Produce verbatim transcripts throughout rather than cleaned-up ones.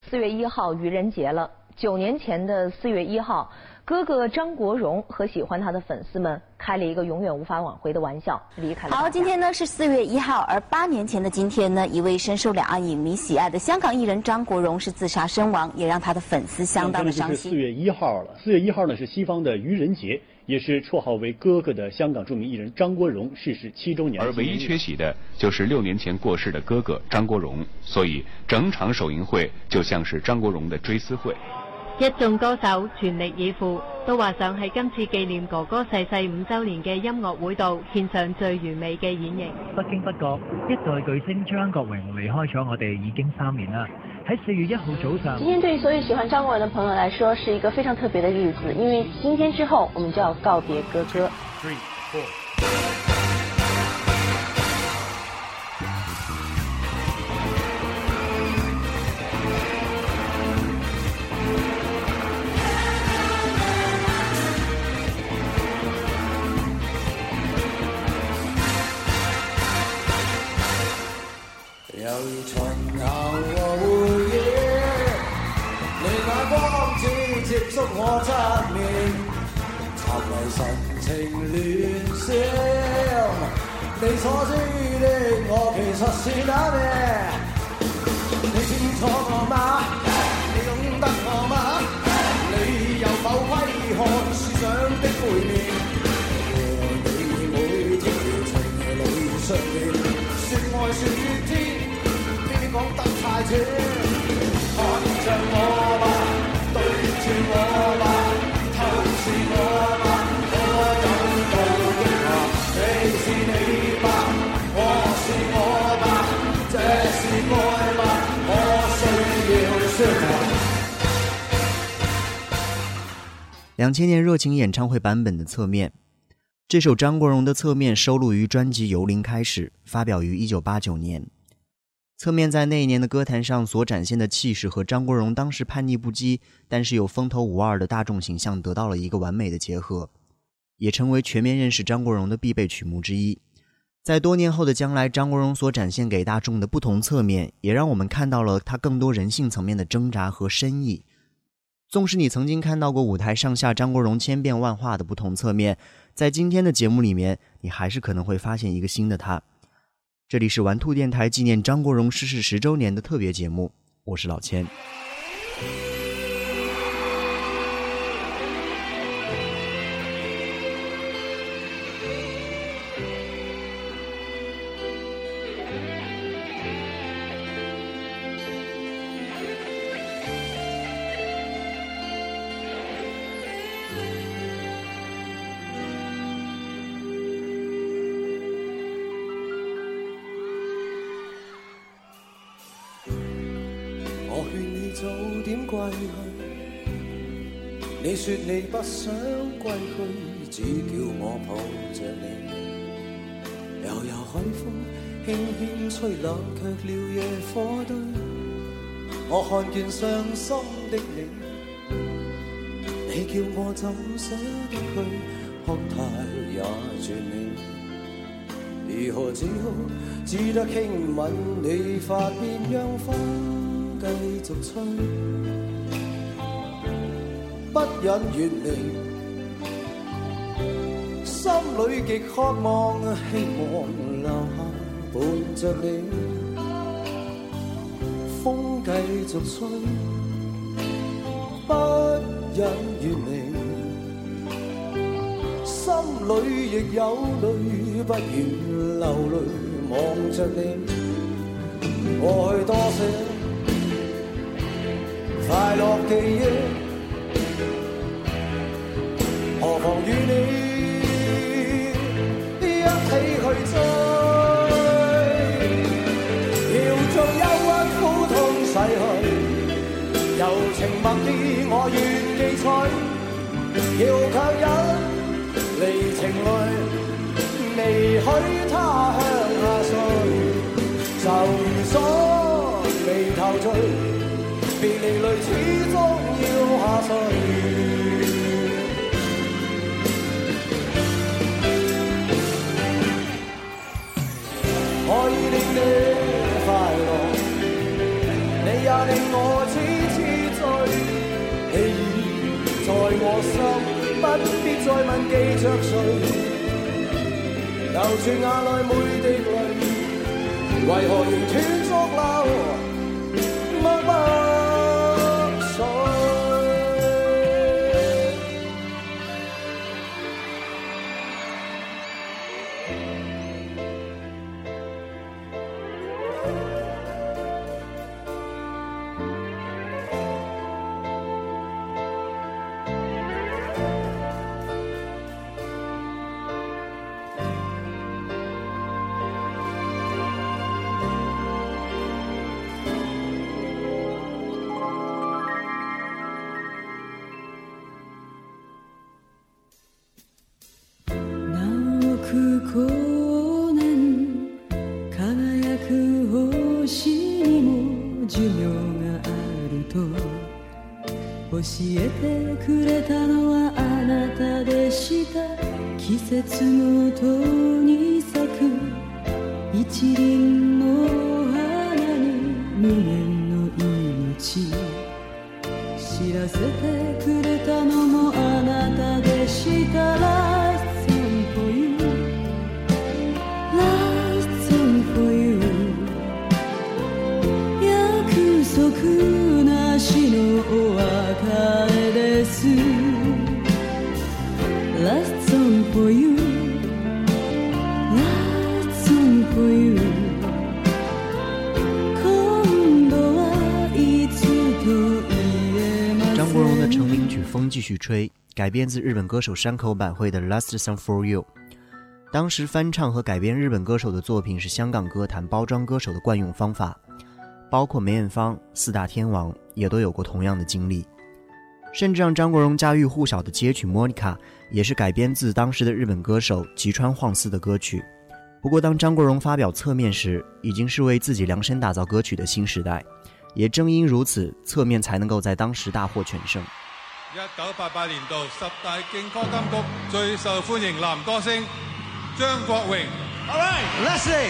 四月一号愚人节了，九年前的四月一号，哥哥张国荣和喜欢他的粉丝们开了一个永远无法挽回的玩笑，离开了。 好，今天呢是四月一号，而八年前的今天呢，一位深受两岸影迷喜爱的香港艺人张国荣是自杀身亡，也让他的粉丝相当的伤心。 四月一号了，四月一号呢是西方的愚人节，也是绰号为哥哥的香港著名艺人张国荣逝世七周年。 而唯一缺席的就是六年前过世的哥哥张國榮，所以整場首映會就像是張國榮的追思會。 一眾歌手全力以赴，都話想喺今次紀念哥哥逝世五週年嘅音樂會度獻上最完美嘅演繹。 不經不覺，一代巨星張國榮離開咗我哋已經三年啦。喺四月一號早上， 今天對於所有喜歡張國榮的朋友來說，是一個非常特別的日子，因為今天之後，我們就要告別哥哥。Three, four. 由巡遊和回憶，你眼光只接觸我側面，沉迷神情亂笑，你所知的我其實是假咩？你清楚我嗎？你懂得我嗎？你有否窺看思想的背面？和你每天情裏相見，說愛說天。講得太遲，看着我吧，對住我吧，透視我吧，我感到的話，你是你吧，我是我吧，這是愛吧，我需要說話。 两千年热情演唱会版本的侧面，这首张国荣的侧面收录于专辑《由零开始》，发表于一九八九年。侧面在那一年的歌坛上所展现的气势和张国荣当时叛逆不羁但是又风头无二的大众形象得到了一个完美的结合，也成为全面认识张国荣的必备曲目之一。在多年后的将来，张国荣所展现给大众的不同侧面也让我们看到了他更多人性层面的挣扎和深意。纵使你曾经看到过舞台上下张国荣千变万化的不同侧面，在今天的节目里面你还是可能会发现一个新的他。这里是玩兔电台纪念张国荣逝世十周年的特别节目，我是老千。 早點歸去，你說你不想歸去，只叫我抱着你。悠悠海風輕輕吹冷卻了野火堆，我看見傷心的你，你叫我怎捨得去，哭態也絕美。如何只好只得輕吻你髮邊，讓風繼續吹，不忍遠離，心裏極渴望，希望留下伴着你。風繼續吹，不忍遠離，心裏亦有淚，不願流淚望着你。過去多些快樂記憶，何妨與你一起去追，要將憂鬱苦痛洗去，柔情蜜意我願記取，要強忍離情淚，未許他鄉下睡，就如鎖眉頭聚。別離淚始終要下垂，可以令你快樂，你也令我痴痴醉，你已在我心，不必再問記着誰。流住眼內每滴淚，為何仍斷續流默默水？ 光年輝く星にも寿命があると教えてくれたのはあなたでした。季節ごとに咲く一輪の花に無限の命知らせてくれたのもあなたでした。 张国荣的成名曲《风继续吹》改编自日本歌手山口百惠的《Last Song for You》。当时翻唱和改编日本歌手的作品是香港歌坛包装歌手的惯用方法，包括梅艳芳、四大天王也都有过同样的经历。甚至让张国荣家喻户晓的街曲《Monica》也是改编自当时的日本歌手吉川晃司的歌曲。不过当张国荣發表側面時，已經是為自己量身打造歌曲的新時代，也正因如此，側面才能夠在當時大獲全勝。 一九八八年度十大勁歌金曲最受歡迎男歌星張國榮。All right, let's see。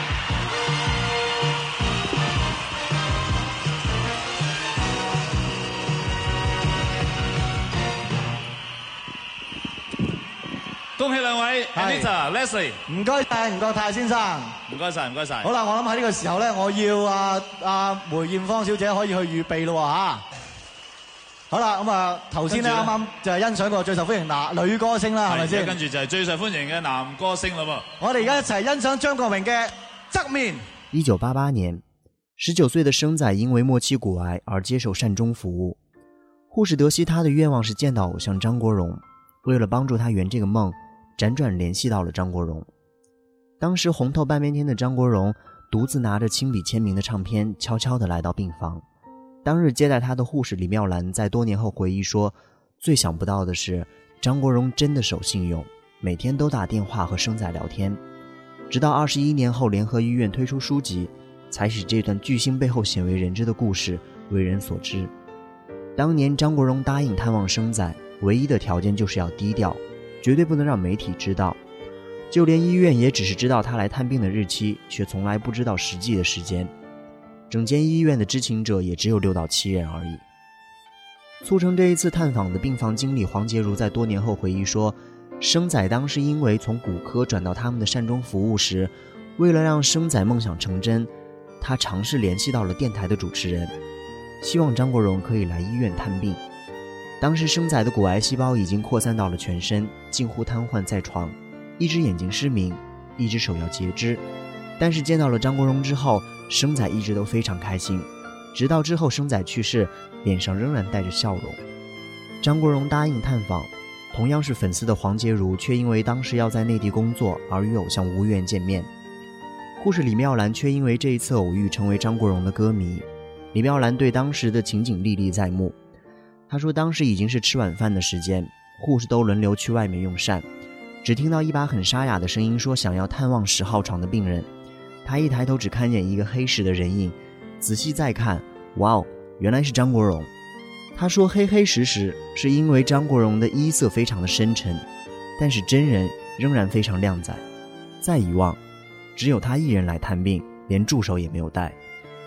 恭喜兩位 Anita、Leslie， 唔該晒，吳國泰先生， 唔該晒，唔該晒。 好啦，我諗喺呢個時候咧，我要啊啊梅艷芳小姐可以去預備咯嚇。好啦，咁啊頭先咧啱啱就係欣賞過最受歡迎男女歌星啦，係咪先？ 跟住就係最受歡迎嘅男歌星啦噃。 我哋而家一齊欣賞張國榮嘅側面。 一九八八年，十九歲的生仔因為末期骨癌而接受善終服務。護士得悉他的願望是見到偶像張國榮，為了幫助他圓這個夢，輾轉聯繫到了張國榮。當時紅透半邊天的張國榮獨自拿着親筆簽名的唱片，悄悄地來到病房。當日接待他的護士李妙蘭在多年後回憶說，最想不到的是張國榮真的守信用，每天都打電話和生仔聊天。直到二十一年後聯合醫院推出書籍，才使這段巨星背後鮮為人知的故事為人所知。當年張國榮答應探望生仔，唯一的條件就是要低調，絕對不能讓媒體知道，就連醫院也只是知道他來探病的日期，卻從來不知道實際的時間。整間醫院的知情者也只有六到七人而已。促成這一次探訪的病房經理黃潔如在多年後回憶說，生仔當時因為從骨科轉到他們的善終服務時，為了讓生仔夢想成真，他嘗試聯繫到了電台的主持人，希望張國榮可以來醫院探病。當時生仔的骨癌細胞已經擴散到了全身，近乎癱瘓在床，一隻眼睛失明，一隻手要截肢。但是見到了張國榮之後，生仔一直都非常開心，直到之後生仔去世，臉上仍然帶着笑容。張國榮答應探訪，同樣是粉絲的黃潔如卻因為當時要在內地工作而與偶像無緣見面。護士李妙蘭卻因為這一次偶遇成為張國榮的歌迷。李妙蘭對當時的情景歷歷在目，她說當時已經是吃晚飯的時間，護士都輪流去外面用膳，只聽到一把很沙啞的聲音說想要探望十號床的病人。他一抬頭只看見一個黑實的人影，仔細再看，哇哦，原來是張國榮。他說黑黑實實是因為張國榮的衣色非常的深沉，但是真人仍然非常靚仔。再一望，只有他一人來探病，連助手也沒有帶。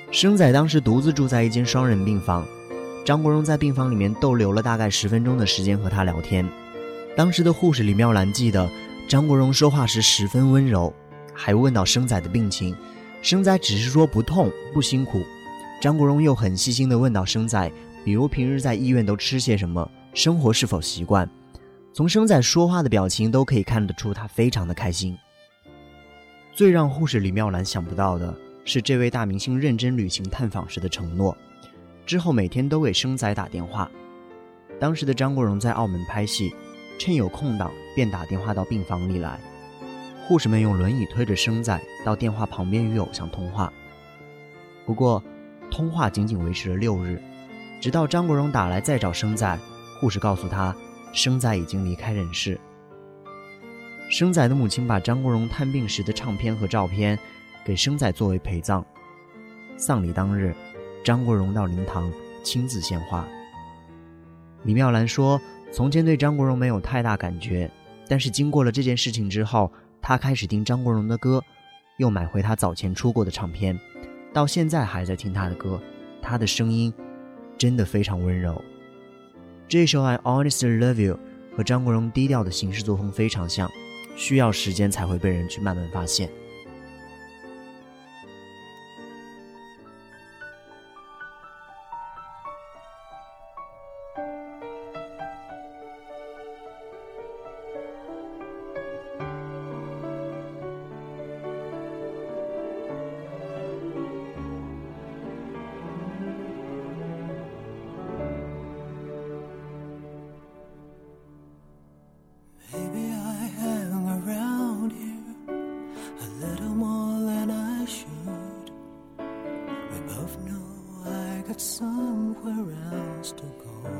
生仔当时独自住在一间双人病房，张国荣在病房里面逗留了大概十分钟的时间和他聊天。当时的护士李妙兰记得张国荣说话时十分温柔，还问到生仔的病情，生仔只是说不痛不辛苦。张国荣又很细心地问到生仔，比如平日在医院都吃些什么，生活是否习惯。从生仔说话的表情都可以看得出他非常的开心。最让护士李妙兰想不到的是这位大明星认真履行探访时的承诺，之后每天都给生仔打电话。当时的张国荣在澳门拍戏，趁有空档便打电话到病房里来，护士们用轮椅推着生仔到电话旁边与偶像通话。不过通话仅仅维持了六日，直到张国荣打来再找生仔，护士告诉他生仔已经离开人世。生仔的母亲把张国荣探病时的唱片和照片给生仔作为陪葬。丧礼当日，张国荣到灵堂亲自献花。李妙兰说，从前对张国荣没有太大感觉，但是经过了这件事情之后，她开始听张国荣的歌，又买回他早前出过的唱片，到现在还在听他的歌，他的声音真的非常温柔。这首 I Honestly Love You 和张国荣低调的行事作风非常像，需要时间才会被人去慢慢发现。 Somewhere else to go,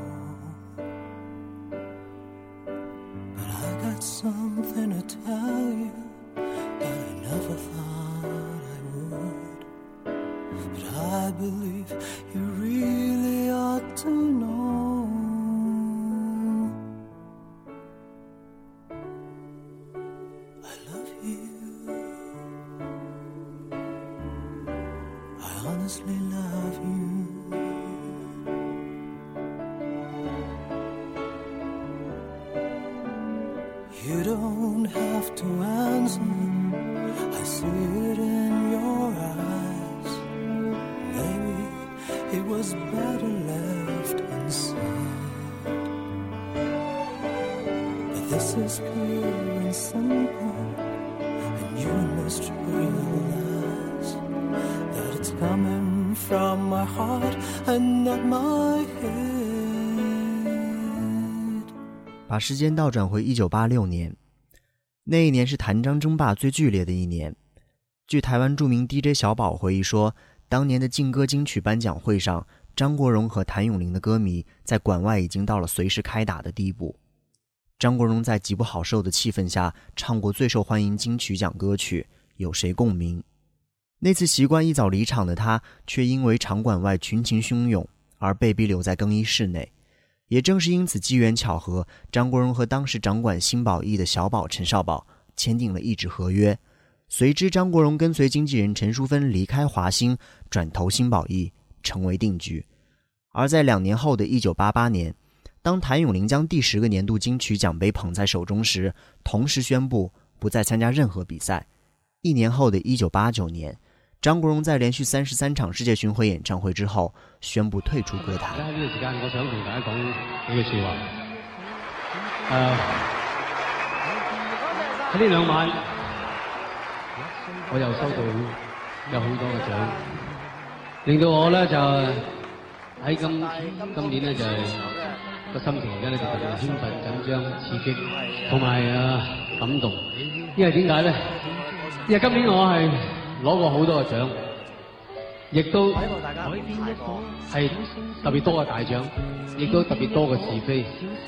but I got something to tell you that I never thought I would, but I believe you really ought to know. I love you, I honestly love you. You don't have to answer, I see it in your eyes. Maybe it was better left unsaid, but this is pure and simple, and you must realize that it's coming from my heart and not my head. 把时间倒转回一九八六年，那一年是谭张争霸最剧烈的一年。据台湾著名 D J 小宝回忆说，当年的劲歌金曲颁奖会上，张国荣和谭咏麟的歌迷在馆外已经到了随时开打的地步。张国荣在极不好受的气氛下唱过最受欢迎金曲奖歌曲《有谁共鸣》。那次习惯一早离场的他，却因为场馆外群情汹涌而被逼留在更衣室内。也正是因此机缘巧合，张国荣和当时掌管新宝艺的小宝陈少宝签订了一纸合约。随之张国荣跟随经纪人陈淑芬离开华星，转投新宝艺，成为定局。而在两年后的一九八八年，当谭咏麟将第十个年度金曲奖杯捧在手中时，同时宣布不再参加任何比赛。一年后的一九八九年，張國榮在連續三十三場世界巡迴演唱會之後，宣布退出歌壇。 喺呢個時間，我想同大家講幾句説話。誒喺呢兩晚，我又收到有好多嘅獎，令到我咧就喺今今年咧就個心情而家咧就特別興奮、緊張、刺激，同埋誒感動。因為點解咧？因為今年我係攞過好多嘅獎，亦都係特別多嘅大獎，亦都特別多嘅是非。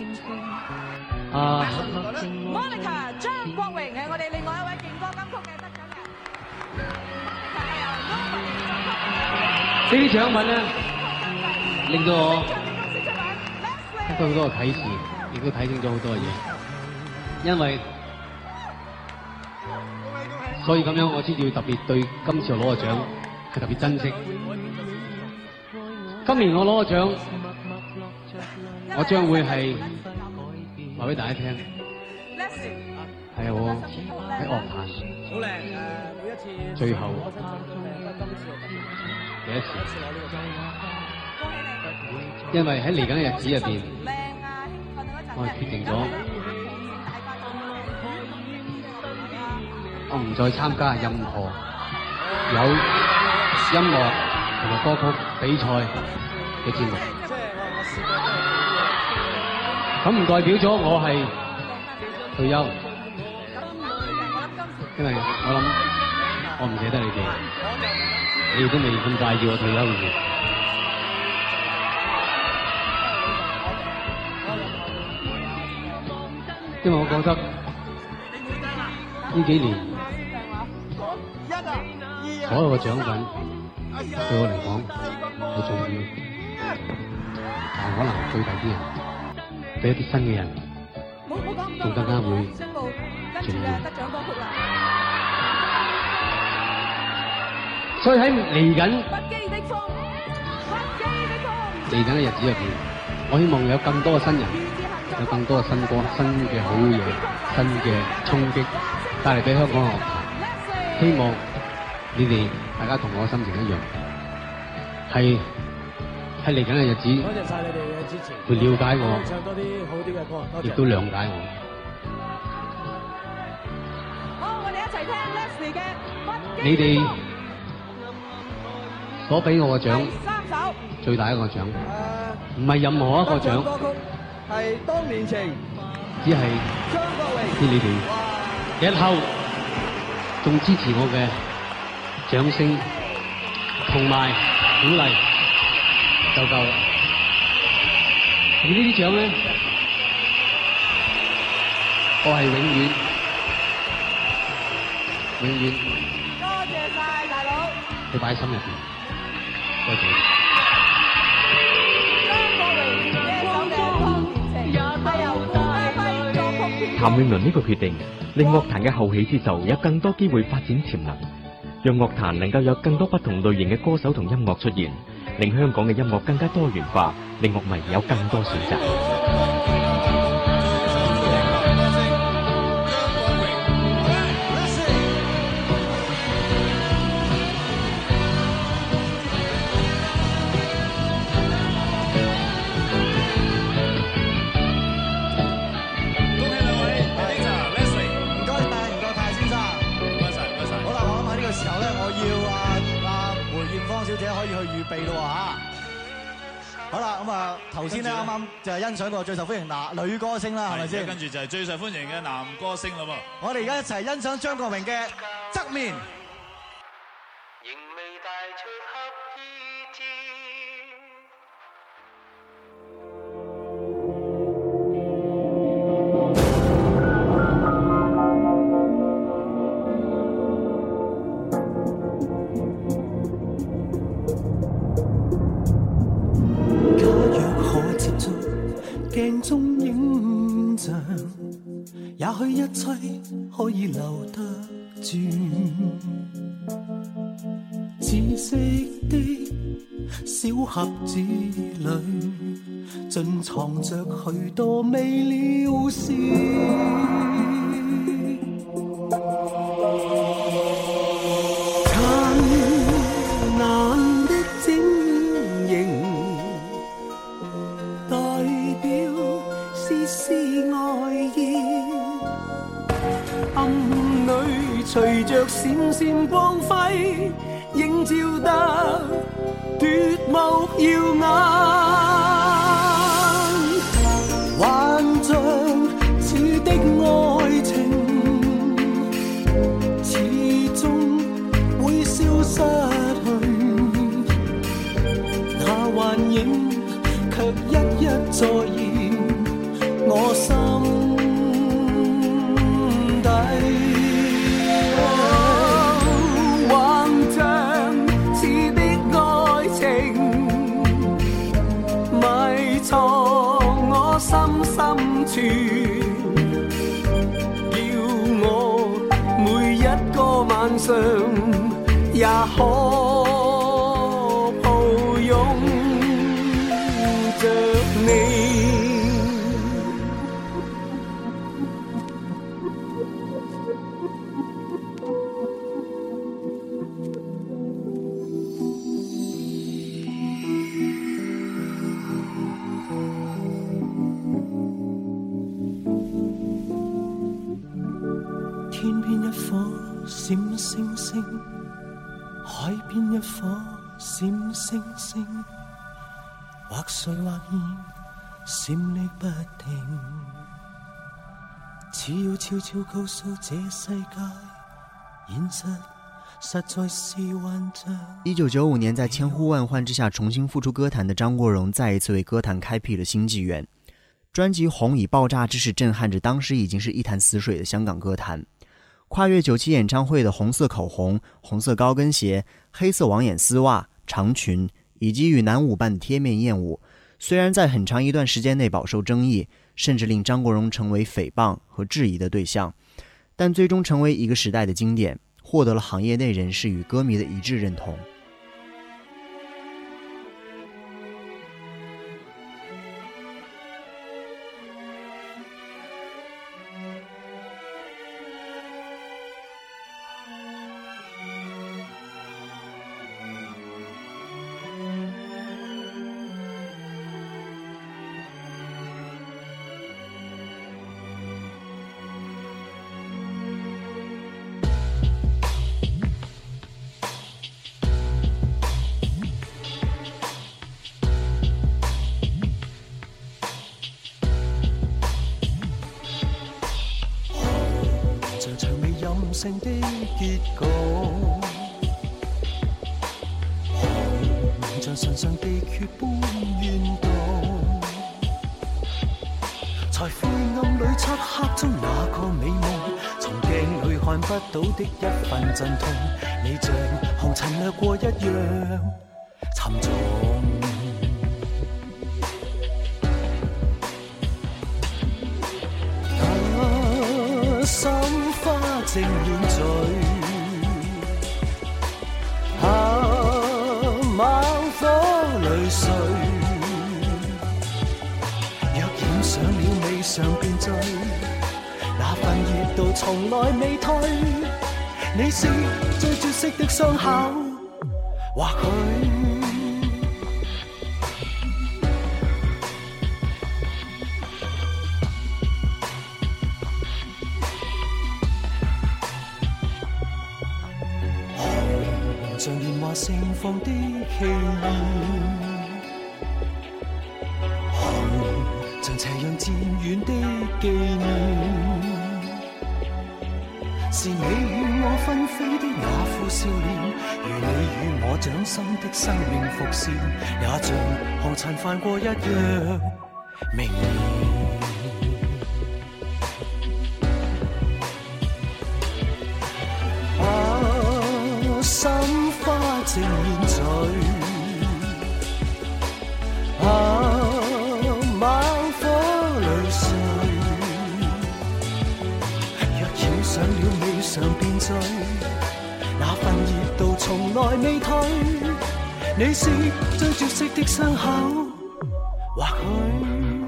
啊 Monica 張國榮係我哋另外一位勁歌金曲嘅得獎人。 呢啲獎品咧，令到我得到好多嘅啟示，亦都睇清咗好多嘅嘢。因為所以咁樣，我先至要特別對今次我攞嘅獎係特別珍惜。 今年我攞個獎，我將會係話俾大家聽，係我喺樂壇最後嘅一次，因為喺嚟緊嘅日子入邊，我係決定咗，我唔再參加任何有音樂同埋歌曲比賽嘅節目，咁唔代表咗我係退休，因為我諗我唔捨得你哋，你哋都未咁快叫我退休嘅。因為我覺得呢幾年所有嘅獎品對我嚟講好重要，但係可能對第啲人，對一啲新嘅人，仲更加會重要。所以喺嚟緊嚟緊嘅日子入邊，我希望有更多嘅新人，有更多嘅新歌、新嘅好嘢、新嘅衝擊帶嚟俾香港樂壇。希望你哋大家同我心情一樣，係喺嚟緊嘅日子，多謝晒你哋嘅支持，會了解我，唱多啲好啲嘅歌，亦都諒解我。好，我哋一齊聽 Leslie 嘅《你哋所俾我嘅獎，最大一個獎，唔係任何一個獎，係當年情，只係知你哋日後仲支持我嘅掌聲同埋鼓勵就夠啦。而呢啲獎咧，我係永遠永遠多謝晒大佬，你擺喺心入邊。多謝。 譚詠麟呢個決定，令樂壇嘅後起之秀有更多機會發展潛能，讓樂壇能夠有更多不同類型嘅歌手同音樂出現，令香港嘅音樂更加多元化，令樂迷有更多選擇。 好啦，咁啊，頭先咧啱啱就係欣賞過最受歡迎男女歌星啦，係咪先？ 跟住就係最受歡迎嘅男歌星啦噃。 我哋而家一齊欣賞張國榮嘅《側面》。 鏡中影像，也許一切可以留得住。紫色的小盒子裏，盡藏着許多未了事。隨着閃閃光輝，映照得奪目耀眼。幻象似的愛情，始終會消失去。那幻影卻一一再現我心底。心深處，要我每一個晚上也可抱擁。 你。天邊一顆閃星星，海邊一顆閃星星，或碎或現，閃匿不停。只要悄悄告訴這世界，現實實在是幻象。 一九九五年，在千呼萬喚之下重新復出歌壇的張國榮，再一次為歌壇開闢了新紀元。專輯《紅》以爆炸之勢震撼着當時已經是一潭死水的香港歌壇。跨越九七演唱會的紅色口紅、紅色高跟鞋、黑色網眼絲襪、長裙，以及與男舞伴的貼面豔舞，雖然在很長一段時間內飽受爭議，甚至令張國榮成為誹謗和質疑的對象，但最終成為一個時代的經典，獲得了行業內人士與歌迷的一致認同。 性的結局，像神上地缺般怨毒，在灰暗裏漆黑中那個美夢，從鏡裏看不到的一份陣痛，你像紅塵掠過一樣沉重。心花正染醉，啊，猛火淚碎，若染上了未嘗便醉，那份熱度從來未退，你是最絕色的傷口，或許像煙花盛放的氣焰，像斜陽漸遠的紀念，是你與我紛飛的那副笑臉，如你與我掌心的生命伏線，也像紅塵泛過一樣明瞭。心花正染醉，啊，猛火淚碎，若染上了未嘗便醉，那份熱度從來未退，你是最絕色的傷口，或許。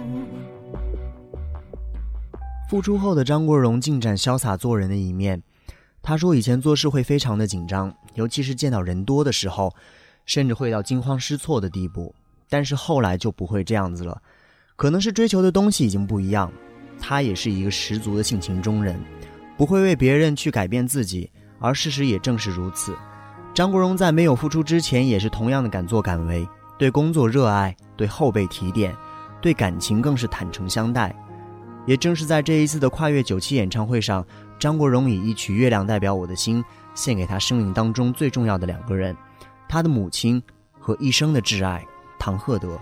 復出後的張國榮盡展瀟灑做人的一面。他說以前做事會非常的緊張，尤其是見到人多的時候，甚至會到驚慌失措的地步，但是後來就不會這樣子了，可能是追求的東西已經不一樣。他也是一個十足的性情中人，不會為別人去改變自己，而事實也正是如此。張國榮在沒有復出之前也是同樣的敢作敢為，對工作熱愛，對後輩提點，對感情更是坦誠相待。也正是在這一次的跨越九七演唱會上，張國榮以一曲《月亮代表我的心》獻給他生命當中最重要的兩個人，他的母親和一生的摯愛唐鶴德。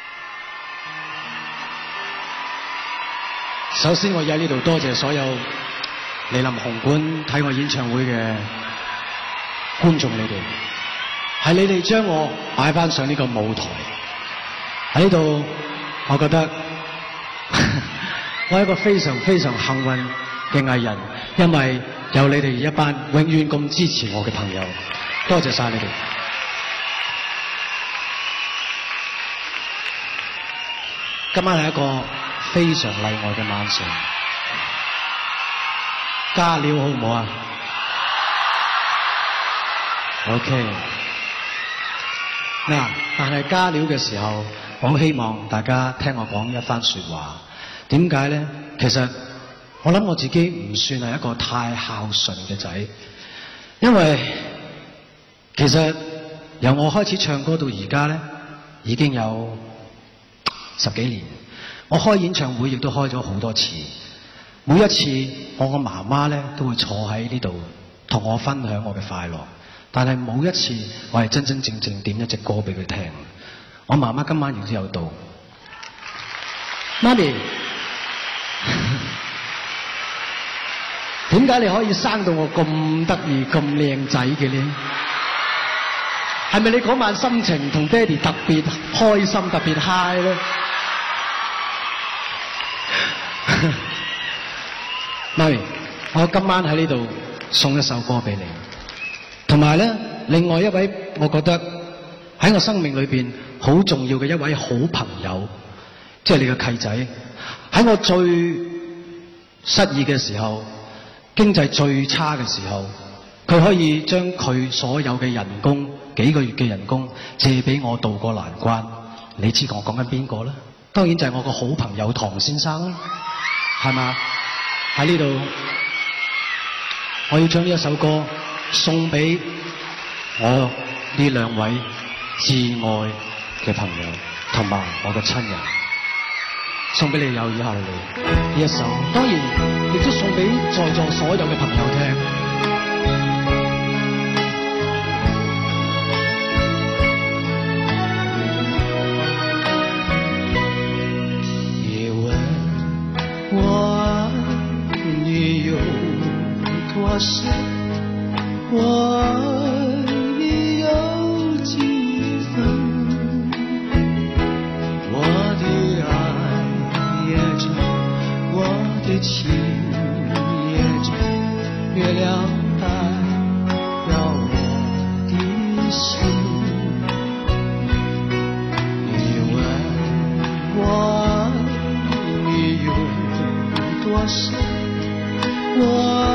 首先我喺呢度多謝所有嚟臨紅館睇我演唱會嘅觀眾，你哋係你哋將我擺翻上呢個舞台。喺呢度我覺得我係一個非常非常幸運嘅藝人，因為有你哋一班永遠咁支持我嘅朋友，多謝晒你哋。 今晚係一個非常例外嘅晚上，加料好唔好啊 ？OK。嗱，但係加料嘅時候，我好希望大家聽我講一番說話。點解咧？其實我諗我自己唔算係一個太孝順嘅仔，因為其實由我開始唱歌到而家咧，已經有十幾年。我開演唱會亦都開咗好多次，每一次我個媽媽咧都會坐喺呢度同我分享我嘅快樂，但係冇一次我係真真正正點一隻歌俾佢聽。我媽媽今晚亦都有到，媽咪，點解你可以生到我咁得意、咁靚仔嘅呢？係咪你嗰晚心情同爹哋特別開心、特別 high 咧？媽咪，我今晚喺呢度送一首歌俾你，同埋咧，另外一位我覺得喺我生命裏邊好重要嘅一位好朋友，即係你嘅契仔，喺我最失意嘅時候，經濟最差嘅時候，佢可以將佢所有嘅人工，幾個月嘅人工借俾我渡過難關。你知我講緊邊個啦？當然就係我個好朋友唐先生啦，係嘛？喺呢度，我要將呢一首歌送俾我呢兩位摯愛嘅朋友同埋我嘅親人，送俾你有以下嚟呢一首，當然亦都送俾在座所有嘅朋友聽。 我爱你有几分，我的爱也真，我的情也真，月亮代表我的心。你问我爱你有多深，我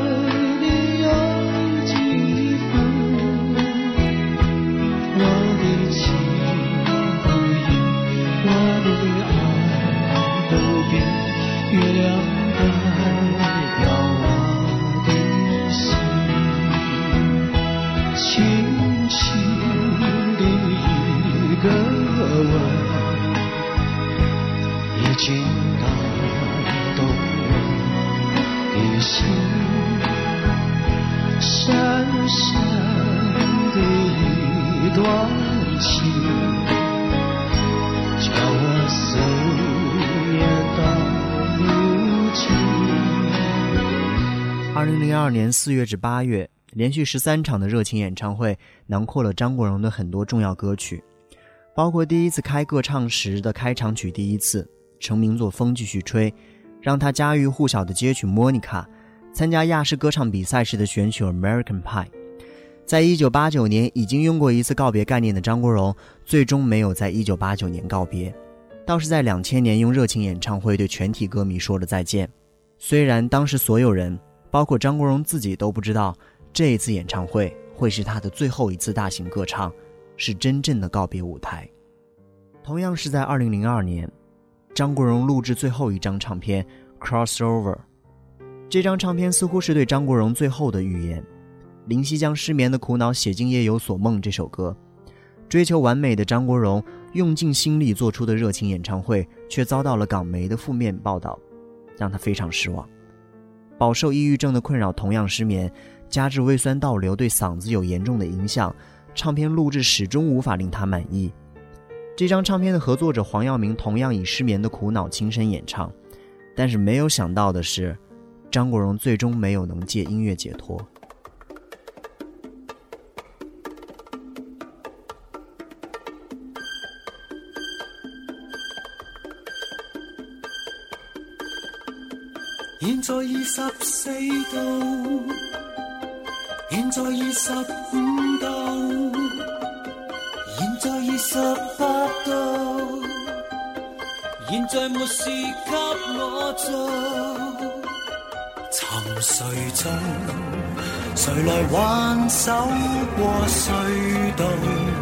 二零零二年四月至八月，连续十三场的热情演唱会囊括了张国荣的很多重要歌曲，包括第一次开个唱时的开场曲《第一次》，成名作《风继续吹》，让他家喻户晓的街曲《Monica》，参加亚视歌唱比赛时的选曲《American Pie》。在一九八九年已经用过一次告别概念的张国荣，最终没有在一九八九年告别，倒是在两千年用热情演唱会对全体歌迷说了再见。虽然当时所有人包括张国荣自己都不知道这一次演唱会会是他的最后一次大型歌唱，是真正的告别舞台。同样是在二零零二年，张国荣录制最后一张唱片 Crossover， 这张唱片似乎是对张国荣最后的预言。林夕将失眠的苦恼写进夜有所梦这首歌，追求完美的张国荣用尽心力做出的热情演唱会却遭到了港媒的负面报道，让他非常失望。饱受抑郁症的困扰，同样失眠，加之胃酸倒流对嗓子有严重的影响，唱片录制始终无法令他满意。这张唱片的合作者黄耀明同样以失眠的苦恼亲身演唱，但是没有想到的是，张国荣最终没有能借音乐解脱。 現在二十四度，現在二十五度，現在二十八度， 現在沒事給我做，沉睡中誰來挽手過隧道，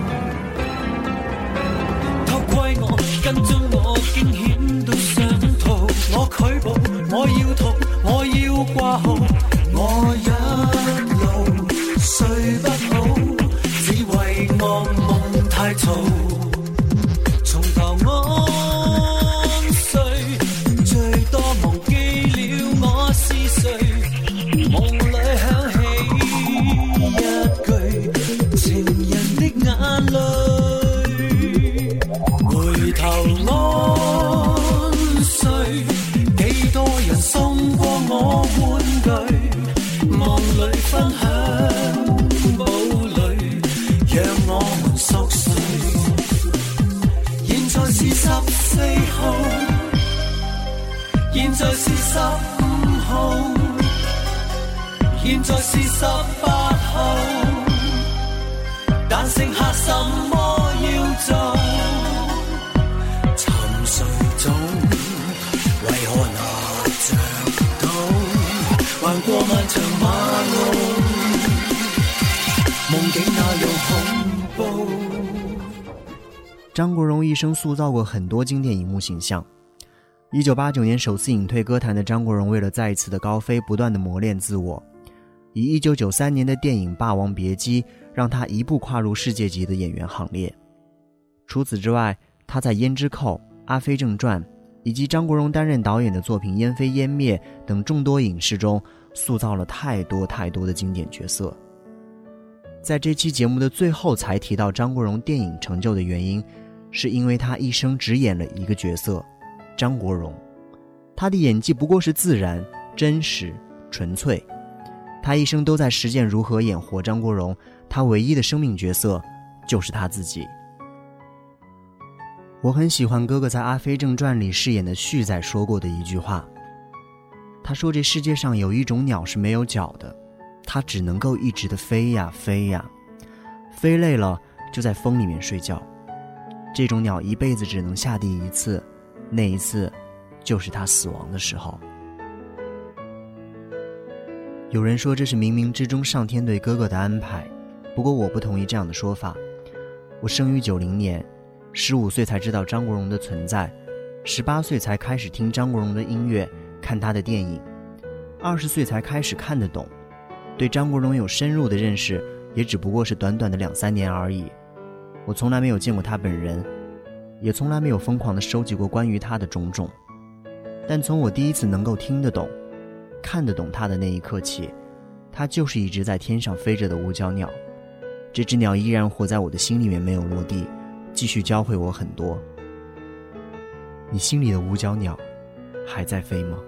偷窺我跟蹤我驚險到想逃，我拒捕我要逃我要掛號，我一路睡不好，只為惡夢太嘈，從頭安睡，最多忘記了我是誰，夢裏響起一句情人的眼淚，回頭安睡，幾多人送過我玩具，夢裏分享堡壘，讓我們熟睡。現在是十四號，現在是十五號，現在是十八號，但剩下什麼要做？沉睡中為何拿着刀，橫過漫長馬路，夢境那樣恐怖。 张国荣一生塑造过很多经典荧幕形象。一九八九年首次隐退歌坛的张国荣，为了再一次的高飞，不断的磨练自我。以一九九三年的电影《霸王别姬》让他一步跨入世界级的演员行列。除此之外，他在《胭脂扣》《阿飞正传》以及张国荣担任导演的作品《烟飞烟灭》等众多影视中，塑造了太多太多的经典角色。在这期节目的最后才提到张国荣电影成就的原因，是因为他一生只演了一个角色，张国荣。他的演技不过是自然、真实、纯粹。他一生都在实践如何演活张国荣，他唯一的生命角色就是他自己。我很喜欢哥哥在《阿飞正传》里饰演的旭仔说过的一句话，他说这世界上有一种鸟是没有脚的，它只能够一直的飞呀飞呀，飞累了就在风里面睡觉。这种鸟一辈子只能下地一次，那一次就是它死亡的时候。有人说这是冥冥之中上天对哥哥的安排，不过我不同意这样的说法。我生于九零年，十五岁才知道张国荣的存在，十八岁才开始听张国荣的音乐，看他的电影，二十岁才开始看得懂。对张国荣有深入的认识，也只不过是短短的两三年而已。我从来没有见过他本人，也从来没有疯狂地收集过关于他的种种。但从我第一次能够听得懂、看得懂他的那一刻起，他就是一只在天上飞着的乌胶鸟。这只鸟依然活在我的心里面，没有落地，继续教会我很多。你心里的乌胶鸟还在飞吗？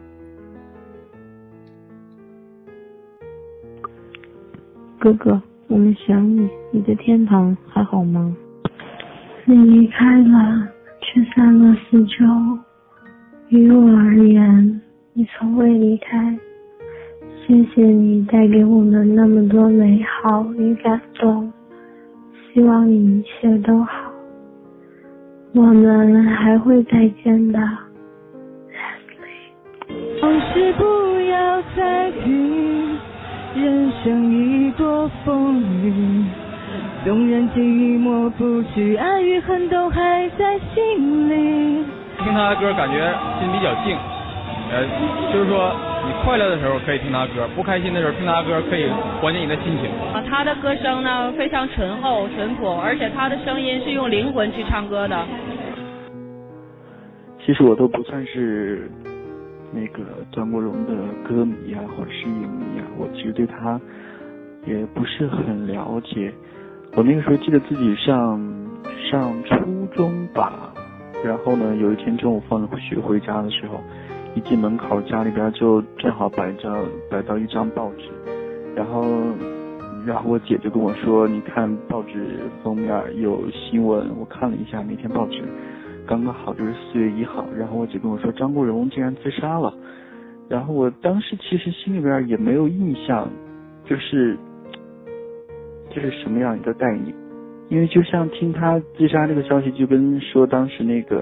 哥哥，我们想你，你的天堂还好吗？你离开了，却散落四周。于我而言，你从未离开。谢谢你带给我们那么多美好与感动，希望你一切都好。我们还会再见的。 往事不要再提，人生已多风雨，纵然记忆抹不去，爱与恨都还在心里。 听他的歌感觉心比较静，呃，就是说你快乐的时候可以听他歌，不开心的时候听他歌可以缓解你的心情。 啊，他的歌声呢非常醇厚淳朴，而且他的声音是用灵魂去唱歌的。 其实我都不算是那个张国荣的歌迷啊，或者是影迷啊，我其实对他也不是很了解。我那个时候记得自己上上初中吧，然后呢，有一天中午放学回家的时候，一进门口，家里边就正好摆着摆到一张报纸，然后然后我姐就跟我说，你看报纸封面有新闻，我看了一下那天报纸刚刚好就是四月一号，然后我姐跟我说张国荣竟然自杀了，然后我当时其实心里边也没有印象，就是这是什么样一个概念，因为就像听他自杀这个消息，就跟说当时那个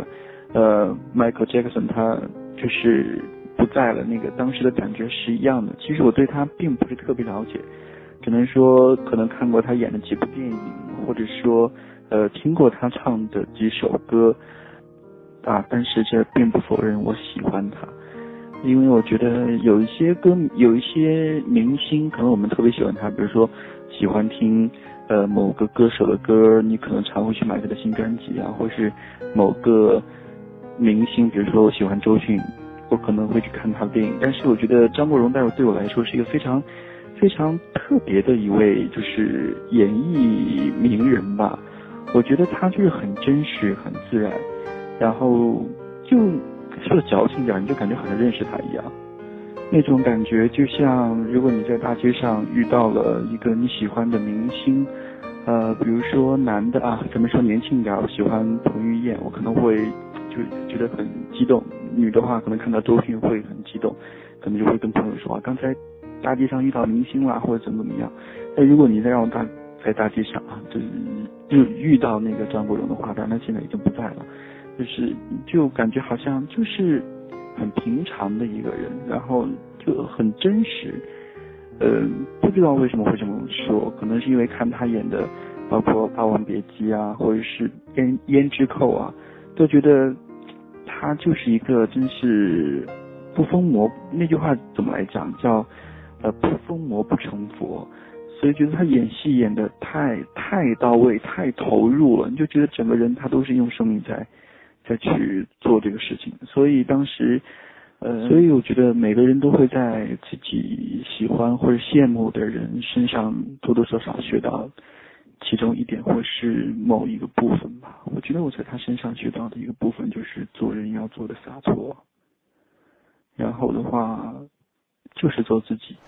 呃，Michael Jackson 他就是不在了，那个当时的感觉是一样的。其实我对他并不是特别了解，只能说可能看过他演的几部电影，或者说呃听过他唱的几首歌啊，但是这并不否认我喜欢他。因为我觉得有一些歌，有一些明星，可能我们特别喜欢他，比如说喜欢听呃某个歌手的歌，你可能常会去买他的新专辑啊，或是某个明星，比如说我喜欢周迅，我可能会去看他的电影。但是我觉得张国荣在我对我来说是一个非常非常特别的一位就是演艺名人吧。我觉得他就是很真实很自然，然后就说的矫情点，你就感觉好像认识他一样，那种感觉就像如果你在大街上遇到了一个你喜欢的明星，呃，比如说男的啊，咱们说年轻点，我喜欢彭于晏，我可能会就觉得很激动；女的话，可能看到周迅会很激动，可能就会跟朋友说啊，刚才大街上遇到明星啦，或者怎么怎么样。但如果你再让我大在大街上啊，就是就遇到那个张国荣的话，当然他现在已经不在了。就是就感觉好像就是很平常的一个人，然后就很真实。呃，不知道为什么会这么说，可能是因为看他演的，包括《霸王别姬》啊，或者是《胭胭脂扣》啊，都觉得他就是一个真是不疯魔，那句话怎么来讲叫呃不疯魔不成佛。所以觉得他演戏演的太太到位，太投入了，你就觉得整个人他都是用生命在再去做这个事情。所以当时呃，所以我觉得每个人都会在自己喜欢或者羡慕的人身上多多少少学到其中一点或是某一个部分吧。我觉得我在他身上学到的一个部分就是做人要做的洒脱，然后的话就是做自己。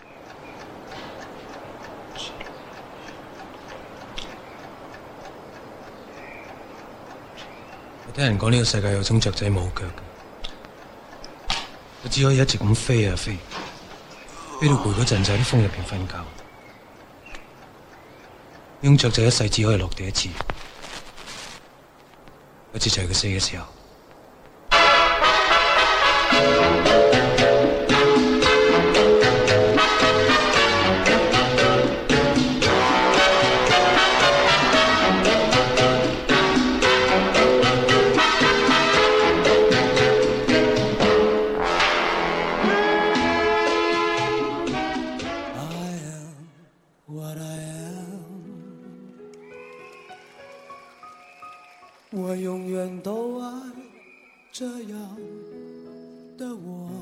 聽人講呢個世界有種雀仔冇腳嘅，佢只可以一直咁飛啊飛，飛到攰嗰陣就喺啲風入邊瞓覺。呢種雀仔一世只可以落地一次，嗰次就係佢死嘅時候。 我永远都爱这样的我。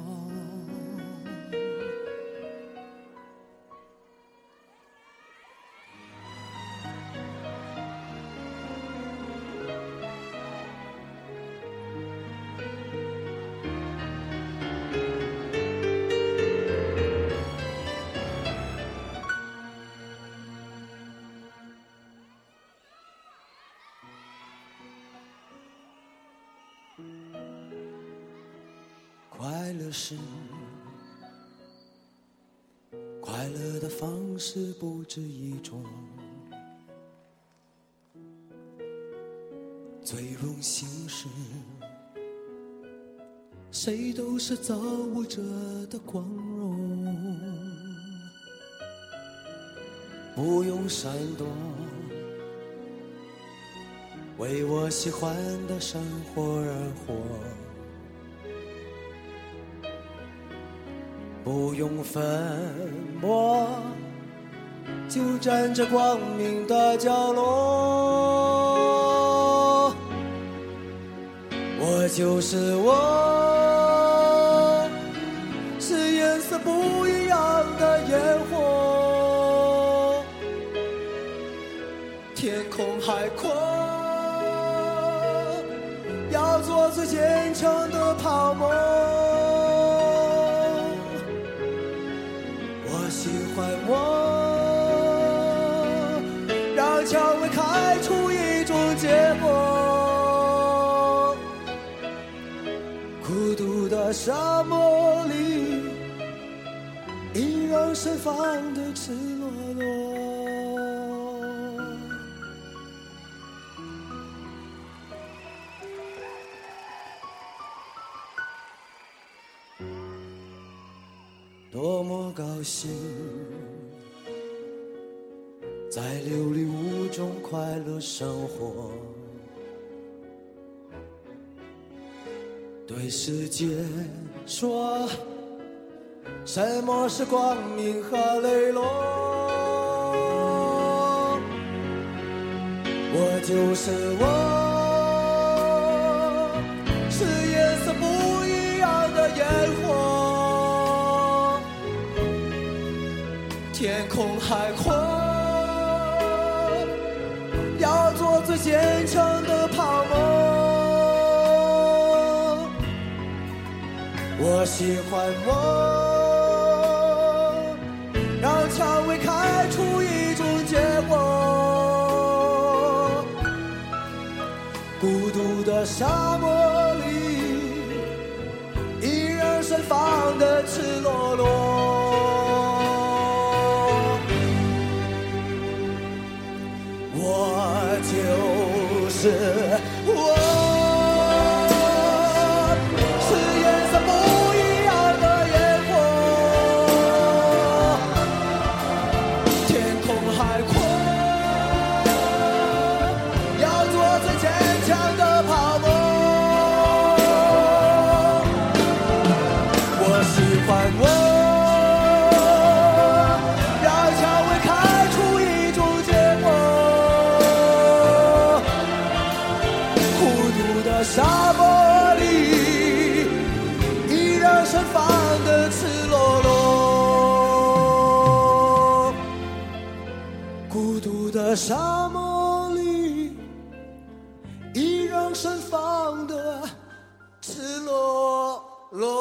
快乐是快乐的方式不止一种，最荣幸是谁都是造物者的光荣，不用闪躲，为我喜欢的生活而活，不用粉墨，就站着光明的角落。我就是我，是颜色不一样的烟火，天空海阔，要做最坚强的泡沫。喜欢我，让蔷薇开出一种结果。孤独的沙漠里，依然盛放的赤裸裸。 多么高兴，在流离无中快乐生活，对世界说什么是光明和磊落。我就是我，是颜色不一样的烟火，天空海阔，要做最坚强的泡沫。我喜欢我，让蔷薇开出一种结果。孤独的沙漠里，依然盛放的赤裸裸。我就是我，是颜色不一样的烟火，天空海阔，要做最坚强的泡沫。我喜欢我，让蔷薇开出一种结果。孤独的沙漠里，依然盛放的赤裸裸。孤独的沙漠里，依然盛放的赤裸裸。